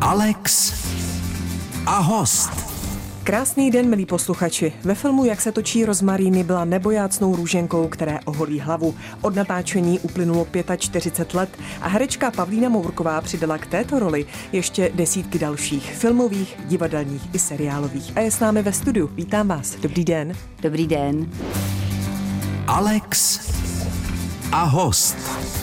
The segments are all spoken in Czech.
Alex a host. Krásný den, milí posluchači. Ve filmu Jak se točí rozmaríny byla nebojácnou růženkou, které oholí hlavu. Od natáčení uplynulo 45 let a herečka Pavlína Mourková přidala k této roli ještě desítky dalších filmových, divadelních i seriálových. A je s námi ve studiu. Vítám vás. Dobrý den. Dobrý den. Alex a host.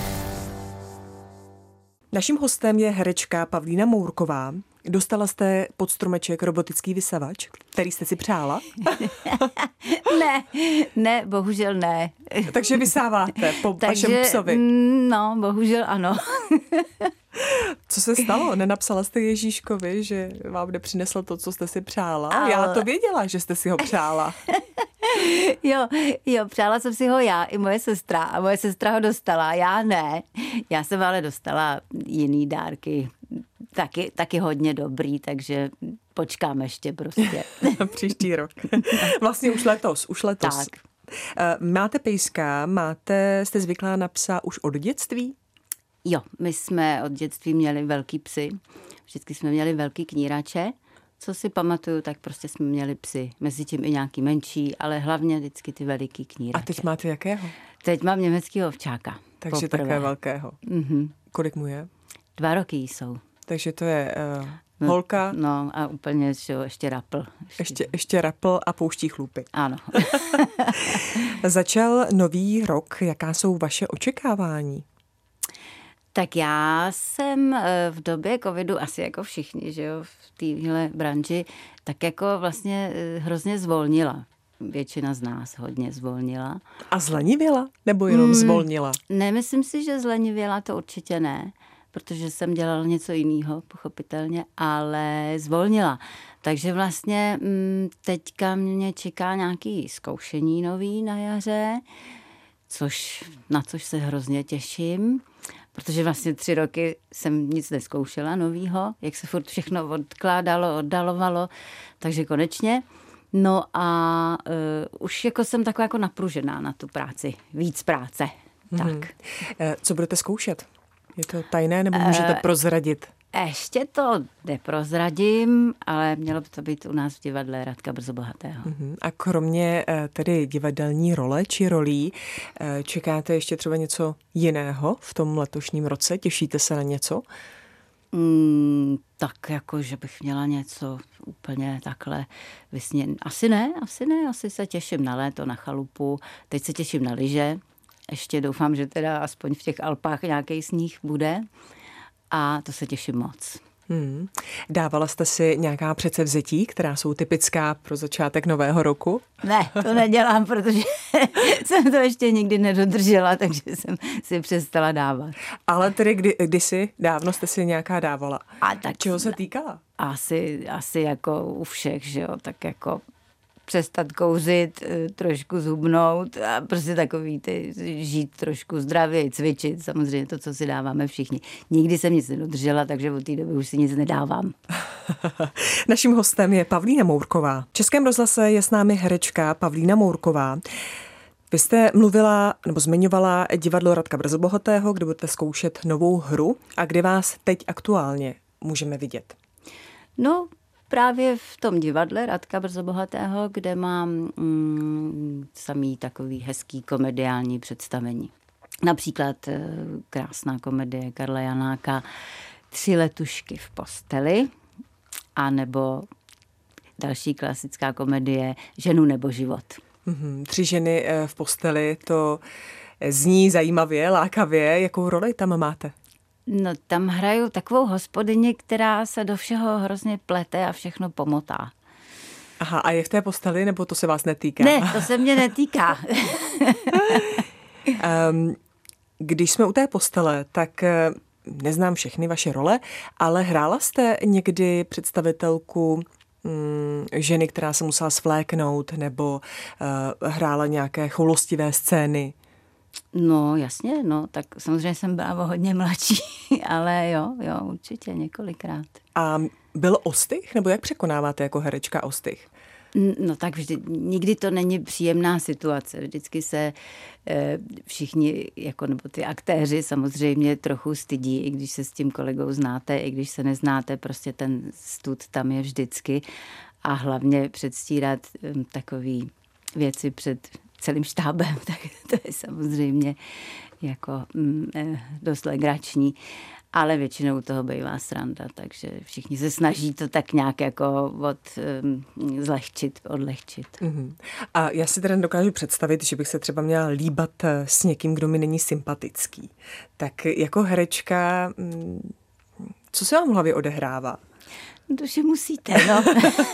Naším hostem je herečka Pavlína Mourková. Dostala jste pod stromeček robotický vysavač, který jste si přála? Ne, bohužel ne. Takže vysáváte po vašem psovi? No, bohužel ano. Co se stalo? Nenapsala jste Ježíškovi, že vám nepřinesl to, co jste si přála? Ale... Já to věděla, že jste si ho přála. Jo, přála jsem si ho já i moje sestra a moje sestra ho dostala, já ne. Já jsem ale dostala jiný dárky, taky hodně dobrý, takže počkám ještě prostě. Příští rok. Vlastně už letos. Tak. Máte pejska, jste zvyklá na psa už od dětství? Jo, my jsme od dětství měli velký psy, vždycky jsme měli velký knírače. Co si pamatuju, tak prostě jsme měli psy. Mezitím i nějaký menší, ale hlavně vždycky ty veliký knírače. A teď máte jakého? Teď mám německého ovčáka. Takže poprvé. také velkého. Mm-hmm. Kolik mu je? 2 roky jsou. Takže to je holka. No a úplně ještě rapl. Ještě rapl a pouští chlupy. Ano. Začal nový rok. Jaká jsou vaše očekávání? Tak já jsem v době covidu, asi jako všichni, že jo, v téhle branži, tak jako vlastně hrozně zvolnila. Většina z nás hodně zvolnila. A zlenivěla? Nebo jenom zvolnila? Nemyslím si, že zlenivěla, to určitě ne, protože jsem dělala něco jiného, pochopitelně, ale zvolnila. Takže vlastně teďka mě čeká nějaké zkoušení nový na jaře, na což se hrozně těším. Protože vlastně 3 roky jsem nic neskoušela novýho, jak se furt všechno odkládalo, oddalovalo, takže konečně. No a už jako jsem taková jako napružená na tu práci, víc práce. Tak. Co budete zkoušet? Je to tajné nebo můžete prozradit? Ještě to neprozradím, ale mělo by to být u nás v divadle Radka Brzobohatého. A kromě tedy divadelní role či rolí, čekáte ještě třeba něco jiného v tom letošním roce? Těšíte se na něco? Tak jako, že bych měla něco úplně takhle vysněné. Asi ne, asi se těším na léto, na chalupu, teď se těším na lyže, ještě doufám, že teda aspoň v těch Alpách nějaký sníh bude. A to se těším moc. Dávala jste si nějaká předsevzetí, která jsou typická pro začátek nového roku? Ne, to nedělám, protože jsem to ještě nikdy nedodržela, takže jsem si přestala dávat. Ale tedy kdysi dávno jste si nějaká dávala. A tak čeho se týkala? Asi jako u všech, že jo, tak jako přestat kouřit, trošku zhubnout a prostě takový žít trošku zdravě, cvičit, samozřejmě to, co si dáváme všichni. Nikdy jsem nic nedodržela, takže od té doby už si nic nedávám. Naším hostem je Pavlína Mourková. V Českém rozhlase je s námi herečka Pavlína Mourková. Vy jste mluvila nebo zmiňovala divadlo Radka Brzobohatého, kde budete zkoušet novou hru a kde vás teď aktuálně můžeme vidět. No, právě v tom divadle Radka Brzobohatého, kde mám samý takový hezký komediální představení. Například krásná komedie Karla Janáka 3 letušky v posteli, anebo další klasická komedie Ženu nebo život. 3 ženy v posteli, to zní zajímavě, lákavě. Jakou roli tam máte? No, tam hraju takovou hospodyni, která se do všeho hrozně plete a všechno pomotá. Aha, a je v té posteli, nebo to se vás netýká? Ne, to se mě netýká. Když jsme u té postele, tak neznám všechny vaše role, ale hrála jste někdy představitelku ženy, která se musela svléknout, nebo hrála nějaké choulostivé scény? No jasně, no, tak samozřejmě jsem byla hodně mladší, ale jo, určitě několikrát. A byl ostych, nebo jak překonáváte jako herečka ostych? No tak nikdy to není příjemná situace. Vždycky se všichni, jako, nebo ty aktéři samozřejmě trochu stydí, i když se s tím kolegou znáte, i když se neznáte, prostě ten stud tam je vždycky. A hlavně předstírat takový věci před celým štábem, tak to je samozřejmě jako dost legrační. Ale většinou toho bývá sranda, takže všichni se snaží to tak nějak jako odlehčit. A já si teda dokážu představit, že bych se třeba měla líbat s někým, kdo mi není sympatický. Tak jako herečka, co se vám v hlavě odehrává? To, že musíte, no.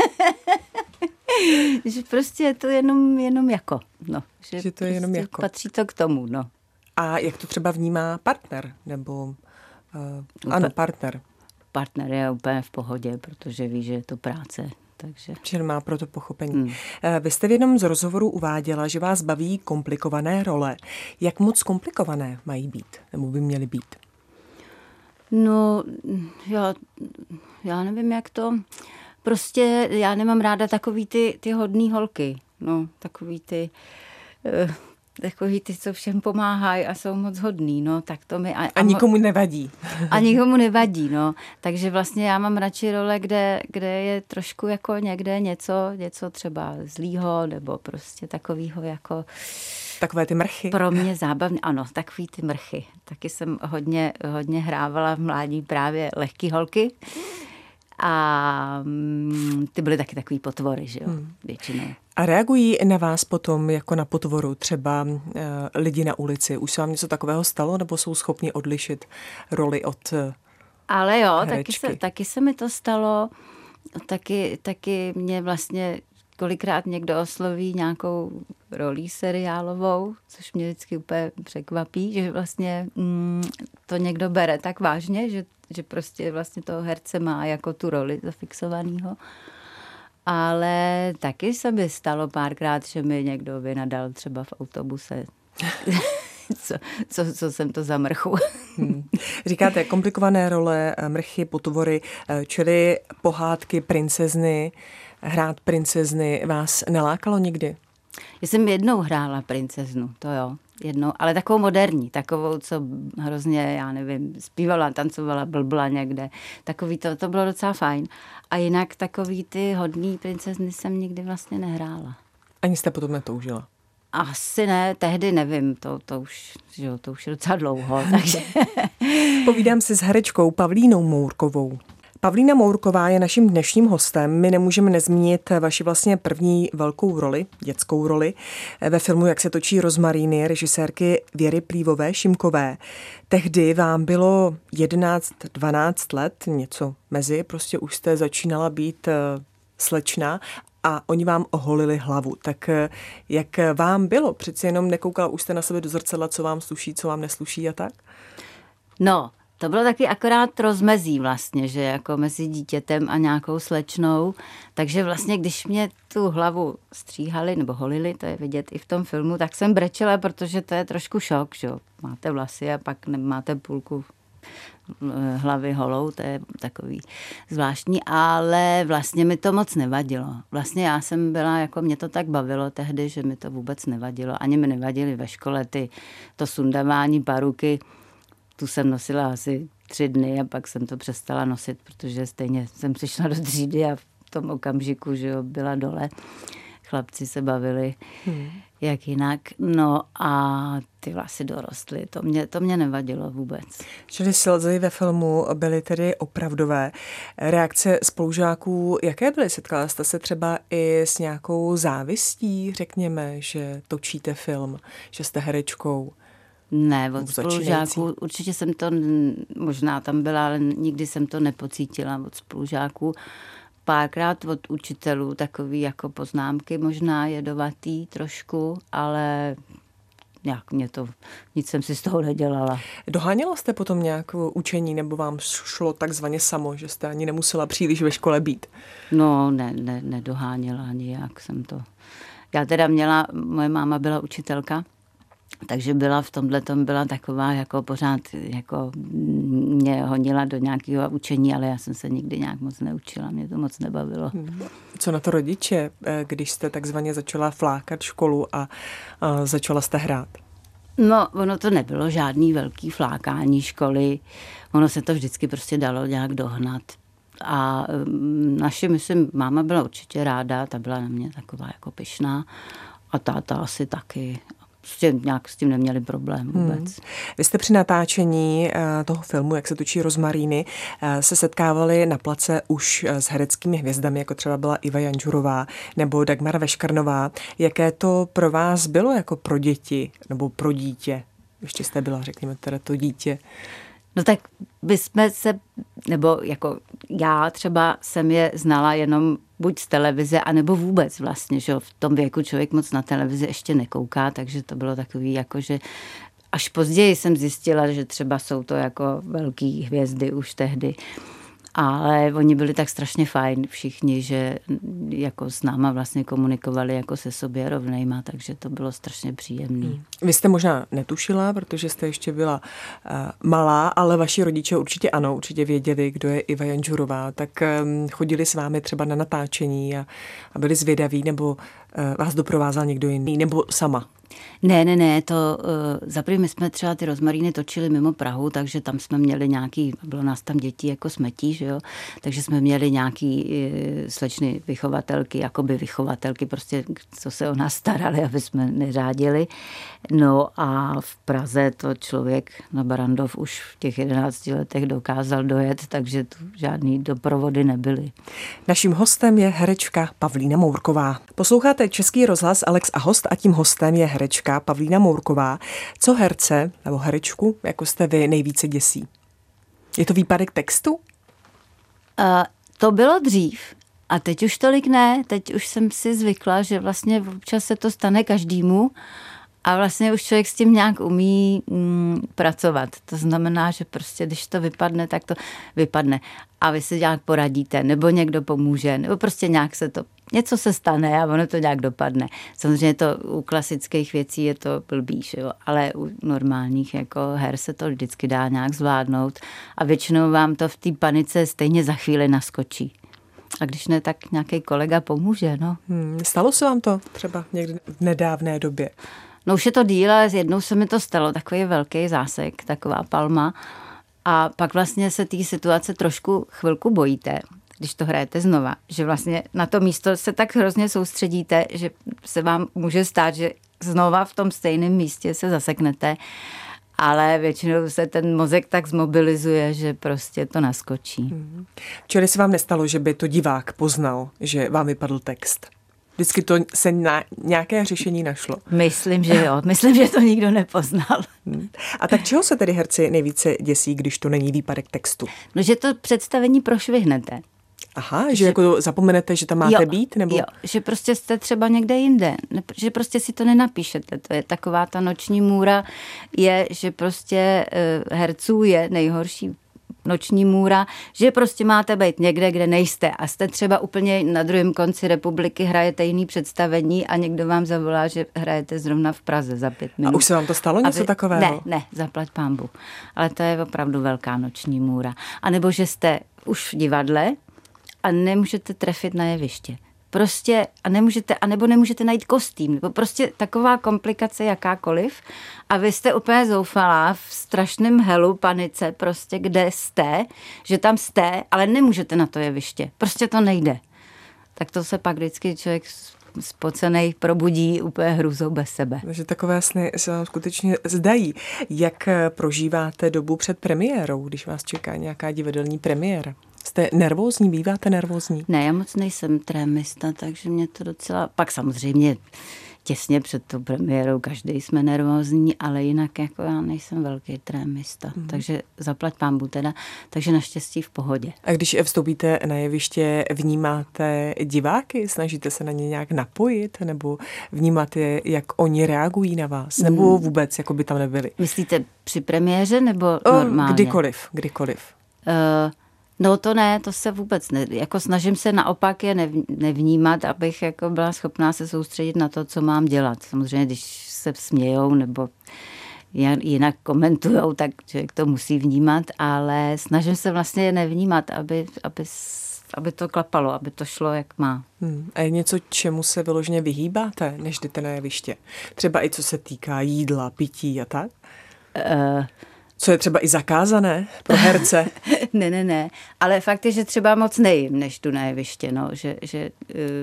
Že prostě je to jenom jako, no. Že to je jenom prostě jako. Patří to k tomu, no. A jak to třeba vnímá partner, nebo... ano, partner. Partner je úplně v pohodě, protože ví, že je to práce. Takže... Že má pro to pochopení. Vy jste v jednom z rozhovorů uváděla, že vás baví komplikované role. Jak moc komplikované mají být, nebo by měly být? No, já nevím, jak to... Prostě já nemám ráda takový ty hodný holky. No, takový ty, co všem pomáhají a jsou moc hodný, no, tak to mi... A nikomu nevadí. A nikomu nevadí, no. Takže vlastně já mám radši role, kde je trošku jako někde něco třeba zlýho, nebo prostě takovýho jako... Takové ty mrchy. Pro mě zábavné, ano, takový ty mrchy. Taky jsem hodně hrávala v mládí právě lehký holky. A ty byly taky takový potvory, že jo, většinou. A reagují na vás potom jako na potvoru třeba lidi na ulici? Už se vám něco takového stalo, nebo jsou schopni odlišit roli od Ale jo, herečky? taky se mi to stalo. Taky mě vlastně kolikrát někdo osloví nějakou rolí seriálovou, což mě vždycky úplně překvapí, že vlastně to někdo bere tak vážně, že prostě vlastně toho herce má jako tu roli zafixovanýho. Ale taky se mi stalo párkrát, že mi někdo vynadal třeba v autobuse. Co jsem to za mrchu. Říkáte komplikované role, mrchy, potvory, čili pohádky, princezny, hrát princezny vás nelákalo nikdy? Já jsem jednou hrála princeznu, to jo. Jednou, ale takovou moderní, takovou, co hrozně, já nevím, zpívala, tancovala, blbla někde. Takový to bylo docela fajn. A jinak takový ty hodný princezny jsem nikdy vlastně nehrála. Ani jste potom netoužila? Asi ne, tehdy nevím, to už je docela dlouho, takže... Povídám si s herečkou Pavlínou Mourkovou. Pavlína Mourková je naším dnešním hostem. My nemůžeme nezmínit vaši vlastně první velkou roli, dětskou roli, ve filmu Jak se točí rozmaríny režisérky Věry Plívové-Šimkové. Tehdy vám bylo 11-12 let, něco mezi, prostě už jste začínala být slečna a oni vám oholili hlavu. Tak jak vám bylo? Přeci jenom nekoukala už jste na sebe do zrcadla, co vám sluší, co vám nesluší a tak? No, to bylo taky akorát rozmezí vlastně, že jako mezi dítětem a nějakou slečnou. Takže vlastně, když mě tu hlavu stříhali nebo holili, to je vidět i v tom filmu, tak jsem brečela, protože to je trošku šok, že jo. Máte vlasy a pak máte půlku hlavy holou, to je takový zvláštní, ale vlastně mi to moc nevadilo. Vlastně já jsem byla, jako mě to tak bavilo tehdy, že mi to vůbec nevadilo. Ani mi nevadily ve škole to sundavání paruky. Tu jsem nosila asi 3 dny a pak jsem to přestala nosit, protože stejně jsem přišla do třídy a v tom okamžiku, že jo, byla dole. Chlapci se bavili jak jinak. No a ty vlasy dorostly. To mě nevadilo vůbec. Čili slzy ve filmu byly tedy opravdové. Reakce spolužáků, jaké byly? Setkala jste se třeba i s nějakou závistí, řekněme, že točíte film, že jste herečkou? Ne, od spolužáků, určitě jsem to, možná tam byla, ale nikdy jsem to nepocítila od spolužáků. Párkrát od učitelů takový jako poznámky, možná jedovatý trošku, ale nějak nic jsem si z toho nedělala. Doháněla jste potom nějak učení, nebo vám šlo takzvaně samo, že jste ani nemusela příliš ve škole být? No, nedoháněla nijak jsem to. Já teda moje máma byla učitelka, Takže byla v tomhletom byla taková jako pořád jako mě honila do nějakého učení, ale já jsem se nikdy nějak moc neučila, mě to moc nebavilo. Co na to rodiče, když jste takzvaně začala flákat školu a začala jste hrát? No, ono to nebylo žádný velký flákání školy, ono se to vždycky prostě dalo nějak dohnat. A myslím, máma byla určitě ráda, ta byla na mě taková jako pyšná a táta asi taky. Prostě nějak s tím neměli problém vůbec. Vy jste při natáčení toho filmu, jak se točí Rozmaríny, se setkávali na place už s hereckými hvězdami, jako třeba byla Iva Janžurová nebo Dagmar Veškarnová. Jaké to pro vás bylo jako pro děti nebo pro dítě? Ještě jste byla, řekněme, teda to dítě. No tak bychom se, nebo jako já třeba jsem je znala jenom buď z televize, anebo vůbec vlastně, že v tom věku člověk moc na televizi ještě nekouká, takže to bylo takový jako, že až později jsem zjistila, že třeba jsou to jako velký hvězdy už tehdy. Ale oni byli tak strašně fajn všichni, že jako s náma vlastně komunikovali jako se sobě rovnejma, takže to bylo strašně příjemný. Vy jste možná netušila, protože jste ještě byla malá, ale vaši rodiče určitě ano, určitě věděli, kdo je Iva Janžurová, tak chodili s vámi třeba na natáčení a byli zvědaví, nebo vás doprovázal někdo jiný, nebo sama? Ne, to zaprvé my jsme třeba ty Rozmaríny točili mimo Prahu, takže tam jsme měli nějaký, bylo nás tam děti jako smetí, že jo, takže jsme měli nějaký slečny vychovatelky, jakoby vychovatelky, prostě co se o nás starali, aby jsme neřádili. No a v Praze to člověk na Barrandov už v těch 11 letech dokázal dojet, takže tu žádný doprovody nebyly. Naším hostem je herečka Pavlína Mourková. Posloucháte Český rozhlas Alex a host a tím hostem je herečka Pavlína Mourková. Co herce nebo herečku, jako jste vy, nejvíce děsí? Je to výpadek textu? To bylo dřív a teď už tolik ne. Teď už jsem si zvykla, že vlastně občas se to stane každému a vlastně už člověk s tím nějak umí pracovat. To znamená, že prostě když to vypadne, tak to vypadne. A vy si nějak poradíte, nebo někdo pomůže, nebo prostě nějak něco se stane a ono to nějak dopadne. Samozřejmě to u klasických věcí je to blbý, jo? Ale u normálních jako her se to vždycky dá nějak zvládnout a většinou vám to v té panice stejně za chvíli naskočí. A když ne, tak nějaký kolega pomůže, no. Stalo se vám to třeba někdy v nedávné době? No už je to díl, ale jednou se mi to stalo, takový velký zásek, taková palma. A pak vlastně se té situace trošku chvilku bojíte, když to hrajete znova, že vlastně na to místo se tak hrozně soustředíte, že se vám může stát, že znova v tom stejném místě se zaseknete, ale většinou se ten mozek tak zmobilizuje, že prostě to naskočí. Čili se vám nestalo, že by to divák poznal, že vám vypadl text? Vždycky to se na nějaké řešení našlo. Myslím, že jo. Myslím, že to nikdo nepoznal. A tak čeho se tedy herci nejvíce děsí, když to není výpadek textu? No, že to představení prošvihnete. Aha, že jako zapomenete, že tam máte být? Nebo? Jo, že prostě jste třeba někde jinde, že prostě si to nenapíšete. To je taková ta noční můra, je, že prostě herců je nejhorší noční můra, že prostě máte být někde, kde nejste a jste třeba úplně na druhém konci republiky, hrajete jiný představení a někdo vám zavolá, že hrajete zrovna v Praze za 5 minut. A už se vám to stalo něco takového? Ne, zaplať pánbu. Ale to je opravdu velká noční můra. A nebo že jste už v divadle a nemůžete trefit na jeviště. Prostě nebo nemůžete najít kostým, nebo prostě taková komplikace jakákoliv a vy jste úplně zoufalá v strašném helu, panice, prostě kde jste, že tam jste, ale nemůžete na to jeviště. Prostě to nejde. Tak to se pak vždycky člověk spocenej probudí úplně hrůzou bez sebe. Takže takové sny se vám skutečně zdají. Jak prožíváte dobu před premiérou, když vás čeká nějaká divadelní premiéra? Jste nervózní? Býváte nervózní? Ne, já moc nejsem trémista, takže mě to docela... Pak samozřejmě těsně před tou premiérou každý jsme nervózní, ale jinak jako já nejsem velký trémista. Takže zaplať pánbu teda, takže naštěstí v pohodě. A když vstoupíte na jeviště, vnímáte diváky? Snažíte se na ně nějak napojit? Nebo vnímáte, jak oni reagují na vás? Nebo vůbec, jako by tam nebyli? Myslíte při premiéře nebo normálně? Kdykoliv. No to ne, to se vůbec ne. Jako snažím se naopak je nevnímat, abych jako byla schopná se soustředit na to, co mám dělat. Samozřejmě, když se smějou nebo jinak komentujou, tak člověk to musí vnímat, ale snažím se vlastně je nevnímat, aby to klapalo, aby to šlo, jak má. A je něco, čemu se vyloženě vyhýbáte, než jdete na jeviště? Třeba i co se týká jídla, pití a tak? Co je třeba i zakázané pro herce? Ne. Ale fakt je, že třeba moc nejím, než jdu na jeviště, no. Že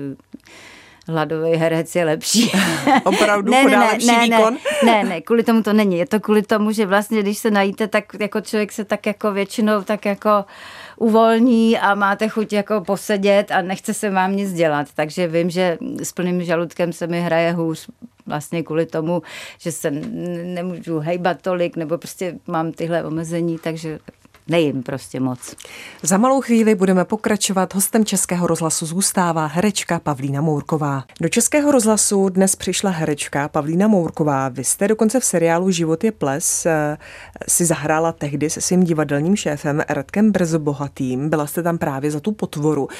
hladový herec je lepší. Opravdu podá lepší výkon? Ne, kvůli tomu to není. Je to kvůli tomu, že vlastně, když se najíte, tak jako člověk se tak jako většinou tak jako uvolní a máte chuť jako posedět a nechce se vám nic dělat. Takže vím, že s plným žaludkem se mi hraje hůř vlastně kvůli tomu, že se nemůžu hejbat tolik nebo prostě mám tyhle omezení, takže nejím prostě moc. Za malou chvíli budeme pokračovat. Hostem Českého rozhlasu zůstává herečka Pavlína Mourková. Do Českého rozhlasu dnes přišla herečka Pavlína Mourková. Vy jste dokonce v seriálu Život je ples si zahrála tehdy se svým divadelním šéfem Radkem Brzobohatým. Byla jste tam právě za tu potvoru.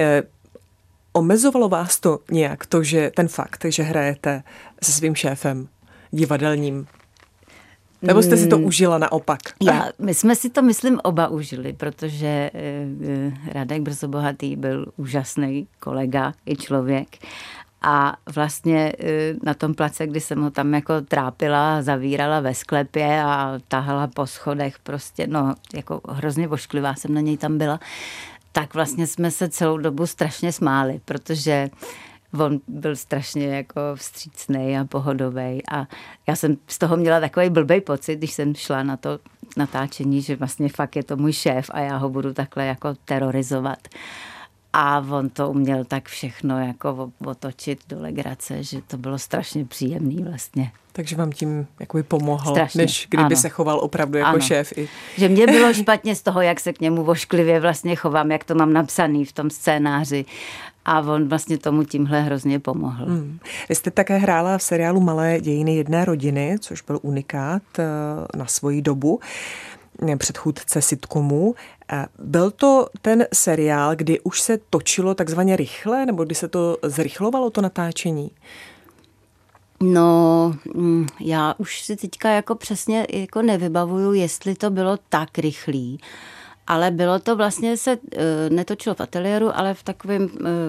Omezovalo vás to nějak, to, že ten fakt, že hrajete se svým šéfem divadelním? Nebo jste si to užila naopak? My jsme si to, myslím, oba užili, protože Radek Brzobohatý byl úžasný kolega i člověk. A vlastně na tom place, kdy jsem ho tam jako trápila, zavírala ve sklepě a tahala po schodech, prostě, no, jako hrozně vošklivá jsem na něj tam byla, tak vlastně jsme se celou dobu strašně smáli, protože on byl strašně jako vstřícnej a pohodovej a já jsem z toho měla takový blbej pocit, když jsem šla na to natáčení, že vlastně fakt je to můj šéf a já ho budu takhle jako terorizovat. A on to uměl tak všechno jako otočit do legrace, že to bylo strašně příjemný vlastně. Takže vám tím jakoby pomohl, strašně, než kdyby ano. se choval opravdu jako šéf. Že mě bylo špatně z toho, jak se k němu vošklivě vlastně chovám, jak to mám napsaný v tom scénáři. A on vlastně tomu tímhle hrozně pomohl. Vy jste také hrála v seriálu Malé dějiny jedné rodiny, což byl unikát na svoji dobu, předchůdce sitcomu. Byl to ten seriál, kdy už se točilo takzvaně rychle, nebo kdy se to zrychlovalo, to natáčení? No, já už si teďka jako přesně jako nevybavuju, jestli to bylo tak rychlý, ale bylo to vlastně, se netočilo v ateliéru, ale v takovém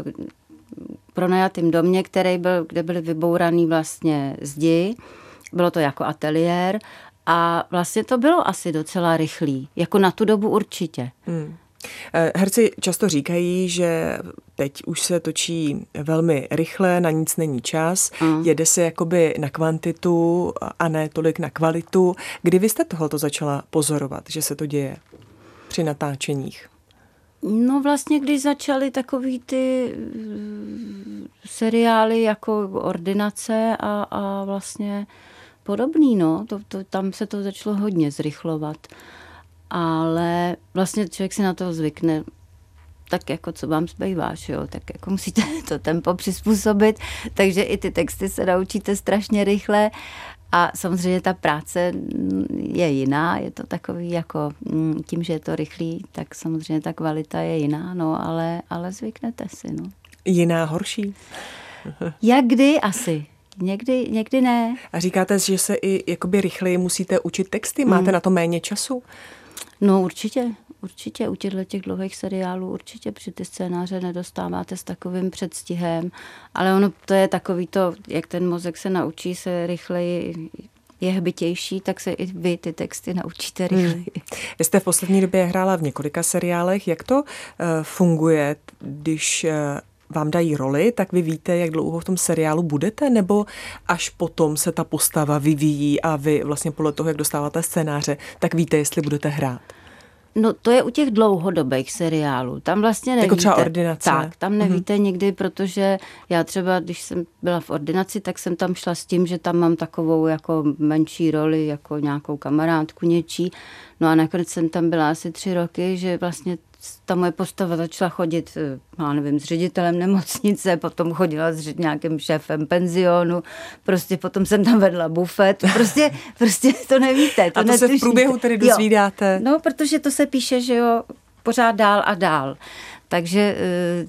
pronajatém domě, kde byly vybouraný vlastně zdi. Bylo to jako ateliér a vlastně to bylo asi docela rychlý, jako na tu dobu určitě. Herci často říkají, že teď už se točí velmi rychle, na nic není čas, jede se jakoby na kvantitu a ne tolik na kvalitu. Kdy vy jste tohleto začala pozorovat, že se to děje při natáčeních? No vlastně, když začaly takový ty seriály jako Ordinace a vlastně podobný, no, tam se to začalo hodně zrychlovat. Ale vlastně člověk si na to zvykne, tak jako co vám zbývá, jo, tak jako musíte to tempo přizpůsobit, takže i ty texty se naučíte strašně rychle a samozřejmě ta práce je jiná, je to takový jako tím, že je to rychlý, tak samozřejmě ta kvalita je jiná, no, ale zvyknete si, no. Jiná, horší? Jak kdy asi? Někdy ne. A říkáte, že se i jakoby rychleji musíte učit texty? Máte na to méně času? No určitě u těch dlouhých seriálů určitě při ty scénáře nedostáváte s takovým předstihem, ale ono to je takový to, jak ten mozek se naučí se rychleji, je hbitější, tak se i vy ty texty naučíte rychleji. Vy jste v poslední době hrála v několika seriálech. Jak to funguje, když vám dají roli, tak vy víte, jak dlouho v tom seriálu budete, nebo až potom se ta postava vyvíjí a vy vlastně podle toho, jak dostáváte scénáře, tak víte, jestli budete hrát? No to je u těch dlouhodobých seriálů. Tam vlastně nevíte. Jako třeba Ordinace. Tak, tam nevíte nikdy, protože já třeba, když jsem byla v Ordinaci, tak jsem tam šla s tím, že tam mám takovou jako menší roli, jako nějakou kamarádku něčí. No a nakonec jsem tam byla asi 3 roky, že vlastně ta moje postava začala chodit, já nevím, s ředitelem nemocnice, potom chodila s nějakým šéfem penzionu, prostě potom jsem tam vedla bufet, prostě to nevíte. To a to se v průběhu tedy dozvídáte? No, protože to se píše, že jo, pořád dál a dál. Takže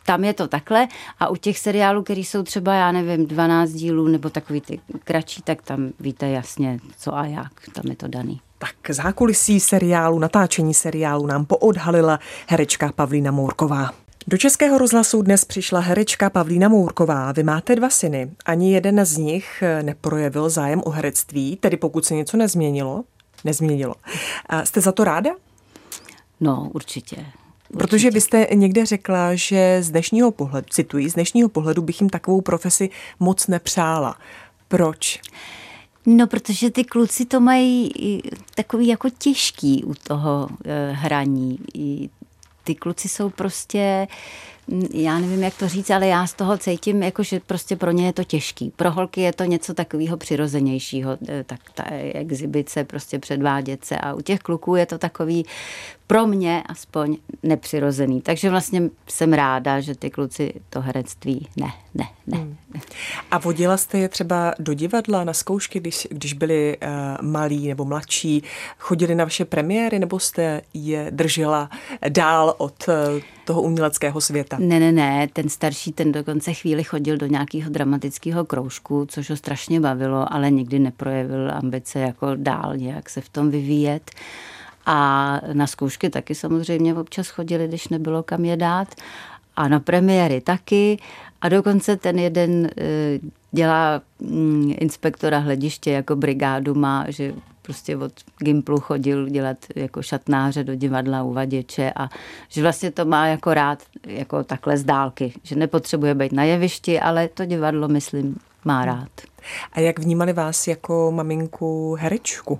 tam je to takhle a u těch seriálů, který jsou třeba, já nevím, 12 dílů nebo takový ty kratší, tak tam víte jasně co a jak, tam je to daný. Tak zákulisí seriálu, natáčení seriálu nám poodhalila herečka Pavlína Mourková. Do Českého rozhlasu dnes přišla herečka Pavlína Mourková. Vy máte 2 syny. Ani jeden z nich neprojevil zájem o herectví, tedy pokud se něco nezměnilo. A jste za to ráda? No, určitě. Protože vy jste někde řekla, že z dnešního pohledu, cituji, z dnešního pohledu bych jim takovou profesi moc nepřála. Proč? No, protože ty kluci to mají takový jako těžký u toho hraní. Ty kluci jsou prostě, já nevím, jak to říct, ale já z toho cítím, jako, že prostě pro ně je to těžký. Pro holky je to něco takového přirozenějšího, tak ta exibice, prostě předvádět se a u těch kluků je to takový pro mě aspoň nepřirozený. Takže vlastně jsem ráda, že ty kluci to herectví ne. A vodila jste je třeba do divadla na zkoušky, když byli malí nebo mladší, chodili na vaše premiéry, nebo jste je držela dál od toho uměleckého světa? Ne, ten starší, ten dokonce chvíli chodil do nějakého dramatického kroužku, což ho strašně bavilo, ale nikdy neprojevil ambice jako dál nějak se v tom vyvíjet. A na zkoušky taky samozřejmě občas chodili, když nebylo kam je dát. A na premiéry taky. A dokonce ten jeden dělá inspektora hlediště, jako brigádu má, že prostě od Gimplu chodil dělat jako šatnáře do divadla, uvaděče a že vlastně to má jako rád jako takhle z dálky, že nepotřebuje být na jevišti, ale to divadlo, myslím, má rád. A jak vnímali vás jako maminku herečku?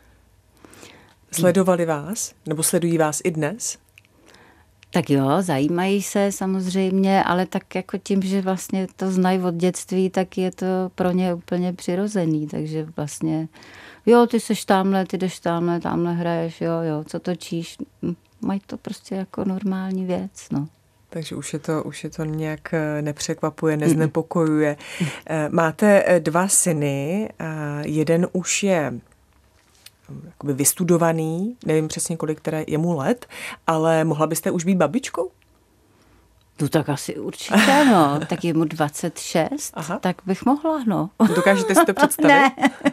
Sledovali vás? Nebo sledují vás i dnes? Tak jo, zajímají se samozřejmě, ale tak jako tím, že vlastně to znají od dětství, tak je to pro ně úplně přirozený, takže vlastně jo, ty seš tamhle, ty jdeš tamhle hraješ, jo, co točíš, mají to prostě jako normální věc, no. Takže už je to nějak nepřekvapuje, neznepokojuje. Máte 2 syny, jeden už je jakoby vystudovaný, nevím přesně kolik je mu let, ale mohla byste už být babičkou? No tak asi určitě, no. Tak je mu 26, Aha. Tak bych mohla, no. Dokážete si to představit? Ne.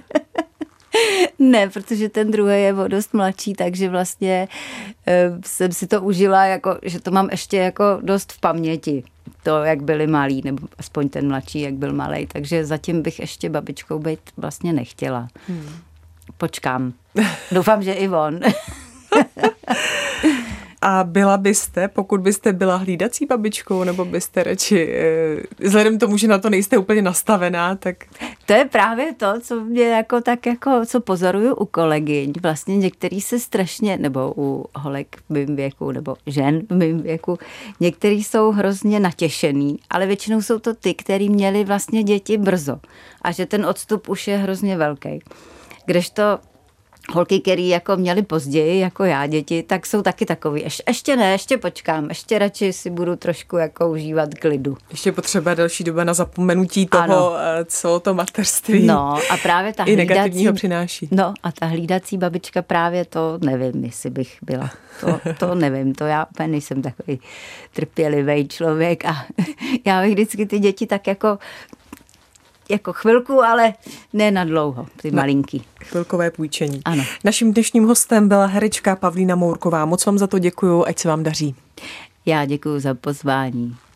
Ne, protože ten druhý je o dost mladší, takže vlastně jsem si to užila, jako, že to mám ještě jako dost v paměti. To, jak byli malí, nebo aspoň ten mladší, jak byl malej. Takže zatím bych ještě babičkou být vlastně nechtěla. Počkám. Doufám, že i on. A byla byste, pokud byste byla hlídací babičkou, nebo byste radši, vzhledem k tomu, že na to nejste úplně nastavená, tak... To je právě to, co mě jako tak jako, co pozoruju u kolegyň. Vlastně některý se strašně, nebo u holek v mým věku, nebo žen v mým věku, některý jsou hrozně natěšený, ale většinou jsou to ty, který měli vlastně děti brzo. A že ten odstup už je hrozně velký. Kdežto holky, který jako měly později, jako já děti, tak jsou taky takový. Ještě počkám, ještě radši si budu trošku jako užívat klidu. Ještě potřeba další doba na zapomenutí toho, ano. Co to mateřství no, a právě ta i negativního přináší. No a ta hlídací babička právě to nevím, jestli bych byla. To nevím, to já úplně nejsem takový trpělivý člověk a já bych vždycky ty děti tak jako chvilku, ale ne na dlouho, ty malinký. Chvilkové půjčení. Ano. Naším dnešním hostem byla herečka Pavlína Mourková. Moc vám za to děkuju, ať se vám daří. Já děkuju za pozvání.